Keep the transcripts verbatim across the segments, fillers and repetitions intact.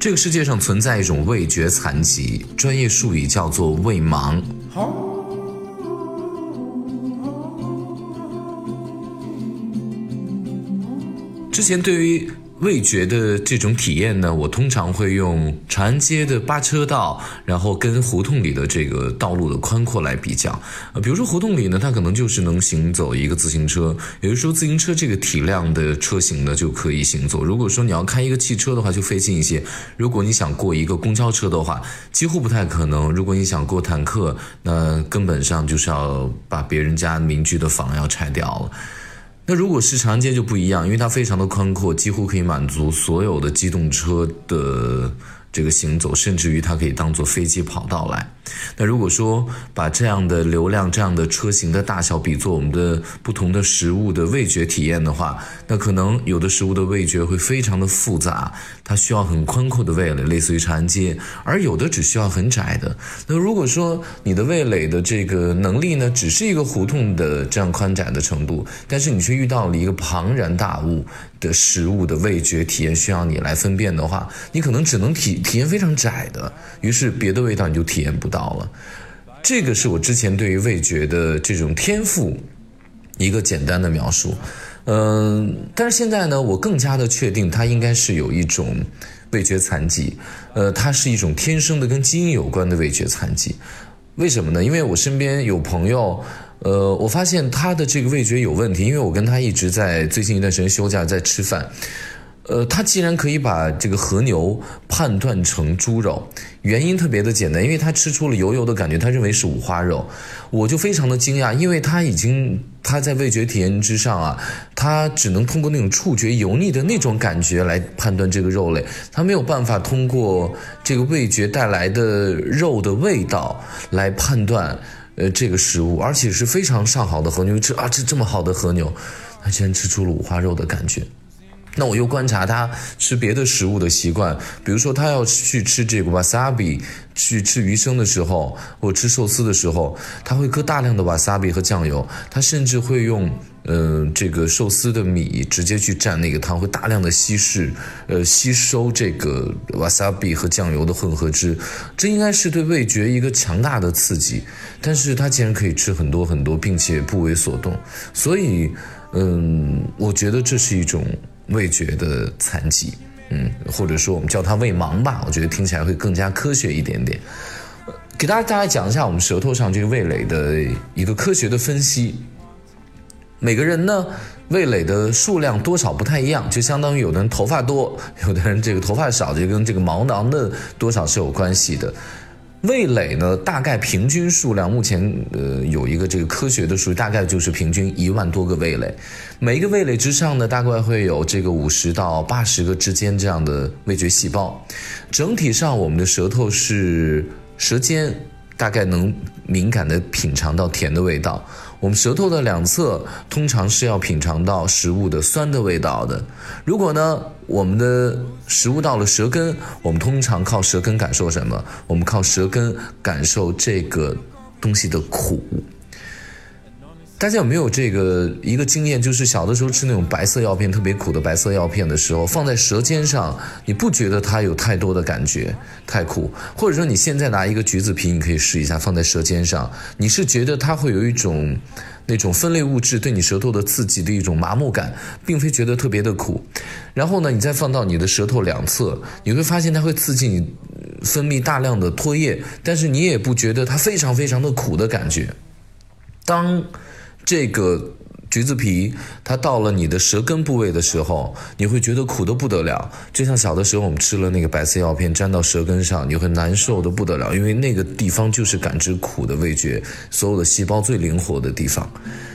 这个世界上存在一种味觉残疾，专业术语叫做味盲。之前对于味觉的这种体验呢，我通常会用长安街的八车道，然后跟胡同里的这个道路的宽阔来比较。呃，比如说胡同里呢，它可能就是能行走一个自行车，有的时候自行车这个体量的车型呢就可以行走。如果说你要开一个汽车的话，就费劲一些。如果你想过一个公交车的话，几乎不太可能。如果你想过坦克，那根本上就是要把别人家邻居的房要拆掉了。那如果是长安街就不一样，因为它非常的宽阔，几乎可以满足所有的机动车的这个行走，甚至于它可以当作飞机跑道来。那如果说把这样的流量、这样的车型的大小比作我们的不同的食物的味觉体验的话，那可能有的食物的味觉会非常的复杂，它需要很宽阔的味蕾，类似于长安街，而有的只需要很窄的。那如果说你的味蕾的这个能力呢，只是一个胡同的这样宽窄的程度，但是你却遇到了一个庞然大物的食物的味觉体验需要你来分辨的话，你可能只能体体验非常窄的，于是别的味道你就体验不到了。这个是我之前对于味觉的这种天赋一个简单的描述。嗯、呃，但是现在呢，我更加的确定它应该是有一种味觉残疾，呃，它是一种天生的跟基因有关的味觉残疾。为什么呢？因为我身边有朋友，呃，我发现他的这个味觉有问题，因为我跟他一直在最近一段时间休假在吃饭。呃，他竟然可以把这个和牛判断成猪肉，原因特别的简单，因为他吃出了油油的感觉，他认为是五花肉。我就非常的惊讶，因为他已经他在味觉体验之上啊，他只能通过那种触觉油腻的那种感觉来判断这个肉类，他没有办法通过这个味觉带来的肉的味道来判断呃这个食物，而且是非常上好的和牛，吃啊这这么好的和牛，他竟然吃出了五花肉的感觉。那我又观察他吃别的食物的习惯，比如说他要去吃这个 wasabi， 去吃鱼生的时候，或者吃寿司的时候，他会搁大量的 wasabi 和酱油，他甚至会用呃这个寿司的米直接去蘸那个汤，会大量的稀释呃吸收这个 wasabi 和酱油的混合汁，这应该是对味觉一个强大的刺激，但是他竟然可以吃很多很多，并且不为所动，所以嗯，我觉得这是一种味觉的残疾，嗯，或者说我们叫它味盲吧，我觉得听起来会更加科学一点点。给大家大概讲一下我们舌头上这个味蕾的一个科学的分析。每个人呢，味蕾的数量多少不太一样，就相当于有的人头发多，有的人这个头发少，就跟这个毛囊的多少是有关系的。味蕾呢，大概平均数量，目前呃有一个这个科学的数据，大概就是平均一万多个味蕾。每一个味蕾之上呢，大概会有这个五十到八十个之间这样的味觉细胞。整体上，我们的舌头是舌尖大概能敏感地品尝到甜的味道。我们舌头的两侧通常是要品尝到食物的酸的味道的。如果呢，我们的食物到了舌根，我们通常靠舌根感受什么？我们靠舌根感受这个东西的苦。大家有没有这个一个经验，就是小的时候吃那种白色药片，特别苦的白色药片的时候，放在舌尖上，你不觉得它有太多的感觉，太苦，或者说你现在拿一个橘子皮，你可以试一下放在舌尖上，你是觉得它会有一种那种分类物质对你舌头的刺激的一种麻木感，并非觉得特别的苦。然后呢，你再放到你的舌头两侧，你会发现它会刺激你分泌大量的唾液，但是你也不觉得它非常非常的苦的感觉。当这个橘子皮它到了你的舌根部位的时候，你会觉得苦得不得了，就像小的时候我们吃了那个白色药片沾到舌根上，你会难受得不得了，因为那个地方就是感知苦的味觉所有的细胞最灵活的地方。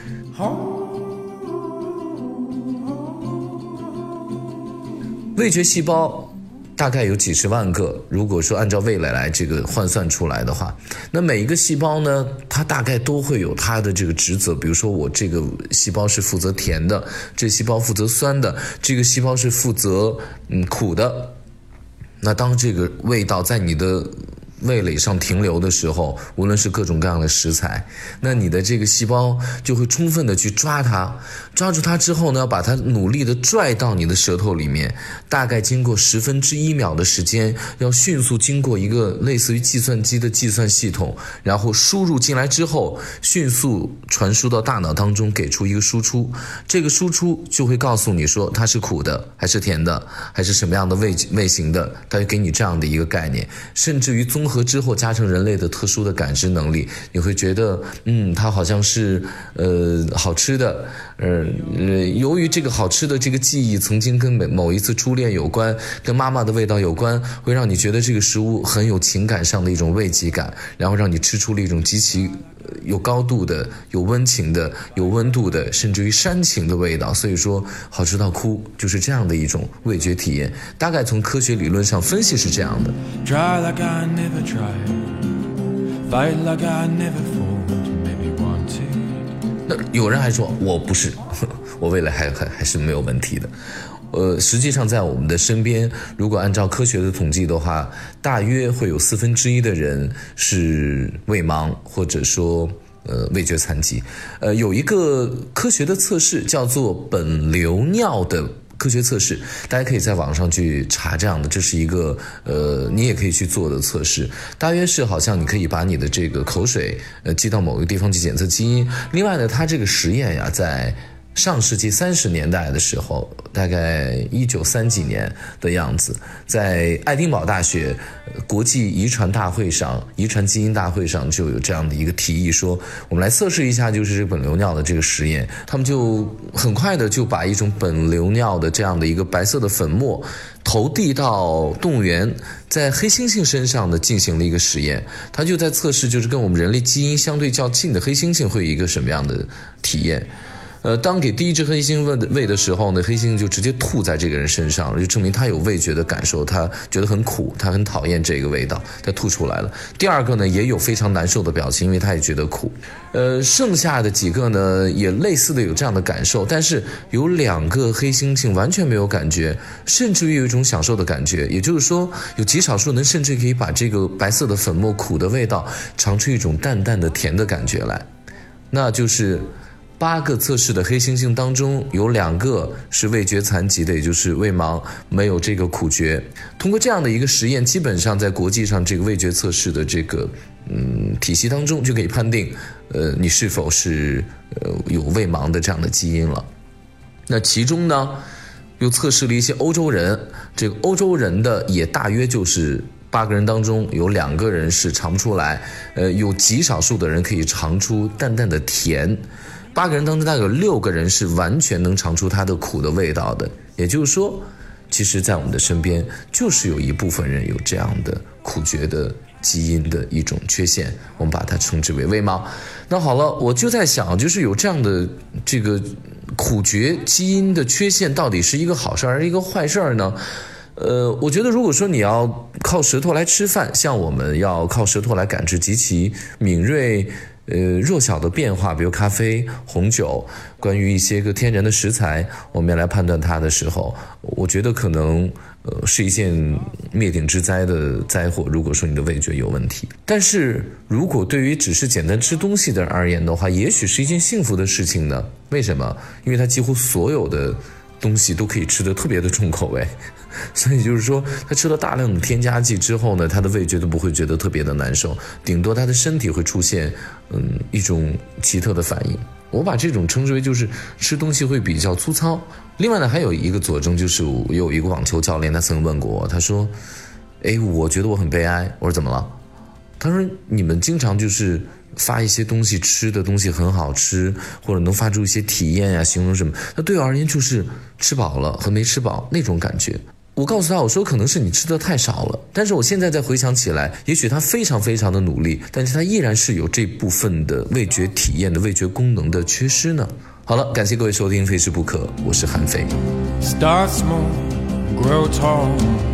味觉细胞大概有几十万个，如果说按照味蕾来这个换算出来的话，那每一个细胞呢，它大概都会有它的这个职责。比如说我这个细胞是负责甜的，这个细胞负责酸的，这个细胞是负责嗯苦的。那当这个味道在你的味蕾上停留的时候，无论是各种各样的食材，那你的这个细胞就会充分的去抓它，抓住它之后呢，把它努力的拽到你的舌头里面，大概经过十分之一秒的时间，要迅速经过一个类似于计算机的计算系统，然后输入进来之后，迅速传输到大脑当中，给出一个输出，这个输出就会告诉你说它是苦的还是甜的，还是什么样的味味型的，它就给你这样的一个概念，甚至于综合之后加成人类的特殊的感知能力，你会觉得嗯，它好像是呃好吃的，呃由于这个好吃的这个记忆曾经跟某一次初恋有关，跟妈妈的味道有关，会让你觉得这个食物很有情感上的一种慰藉感，然后让你吃出了一种极其有高度的、有温情的、有温度的，甚至于煽情的味道。所以说好吃到哭就是这样的一种味觉体验，大概从科学理论上分析是这样的。 Try like I never tried, fight like I never fought, maybe wanted. 那有人还说我不是，我未来还还还是没有问题的。呃，实际上在我们的身边，如果按照科学的统计的话，大约会有四分之一的人是胃盲，或者说呃味觉残疾。呃，有一个科学的测试叫做本流尿的科学测试，大家可以在网上去查这样的，这是一个呃你也可以去做的测试。大约是好像你可以把你的这个口水呃寄到某个地方去检测基因。另外呢，它这个实验呀，在上世纪三十年代的时候，大概一九三几年的样子，在爱丁堡大学国际遗传大会上、遗传基因大会上就有这样的一个提议，说我们来测试一下就是这本流尿的这个实验。他们就很快的就把一种本流尿的这样的一个白色的粉末投递到动物园，在黑猩猩身上呢进行了一个实验。他就在测试就是跟我们人类基因相对较近的黑猩猩会有一个什么样的体验。呃，当给第一只黑猩猩喂的时候呢，黑猩猩就直接吐在这个人身上，就证明他有味觉的感受，他觉得很苦，他很讨厌这个味道，他吐出来了。第二个呢，也有非常难受的表情，因为他也觉得苦。呃，剩下的几个呢，也类似的有这样的感受，但是有两个黑猩猩完全没有感觉，甚至于有一种享受的感觉。也就是说，有极少数人甚至可以把这个白色的粉末苦的味道尝出一种淡淡的甜的感觉来，那就是八个测试的黑猩猩当中，有两个是味觉残疾的，也就是胃盲，没有这个苦觉。通过这样的一个实验，基本上在国际上这个味觉测试的这个嗯体系当中，就可以判定，呃，你是否是呃有胃盲的这样的基因了。那其中呢，又测试了一些欧洲人，这个欧洲人的也大约就是八个人当中有两个人是尝不出来，呃，有极少数的人可以尝出淡淡的甜。八个人当中大概有六个人是完全能尝出它的苦的味道的，也就是说，其实在我们的身边就是有一部分人有这样的苦觉的基因的一种缺陷，我们把它称之为胃盲。那好了，我就在想，就是有这样的这个苦觉基因的缺陷，到底是一个好事还是一个坏事呢？呃，我觉得如果说你要靠舌头来吃饭，像我们要靠舌头来感知极其敏锐呃，弱小的变化，比如咖啡、红酒，关于一些个天然的食材，我们要来判断它的时候，我觉得可能呃是一件灭顶之灾的灾祸。如果说你的味觉有问题，但是如果对于只是简单吃东西的人而言的话，也许是一件幸福的事情呢？为什么？因为它几乎所有的东西都可以吃得特别的重口味，所以就是说他吃了大量的添加剂之后呢，他的味觉都不会觉得特别的难受，顶多他的身体会出现嗯一种奇特的反应。我把这种称之为就是吃东西会比较粗糙。另外呢，还有一个佐证，就是我有一个网球教练，他曾问过我，他说诶，我觉得我很悲哀。我说怎么了？他说你们经常就是发一些东西，吃的东西很好吃，或者能发出一些体验呀，形容什么，那对我而言就是吃饱了和没吃饱那种感觉。我告诉他，我说可能是你吃的太少了，但是我现在再回想起来，也许他非常非常的努力，但是他依然是有这部分的味觉体验的味觉功能的缺失呢。好了，感谢各位收听非吃不可，我是韩非。 Start small, grow tall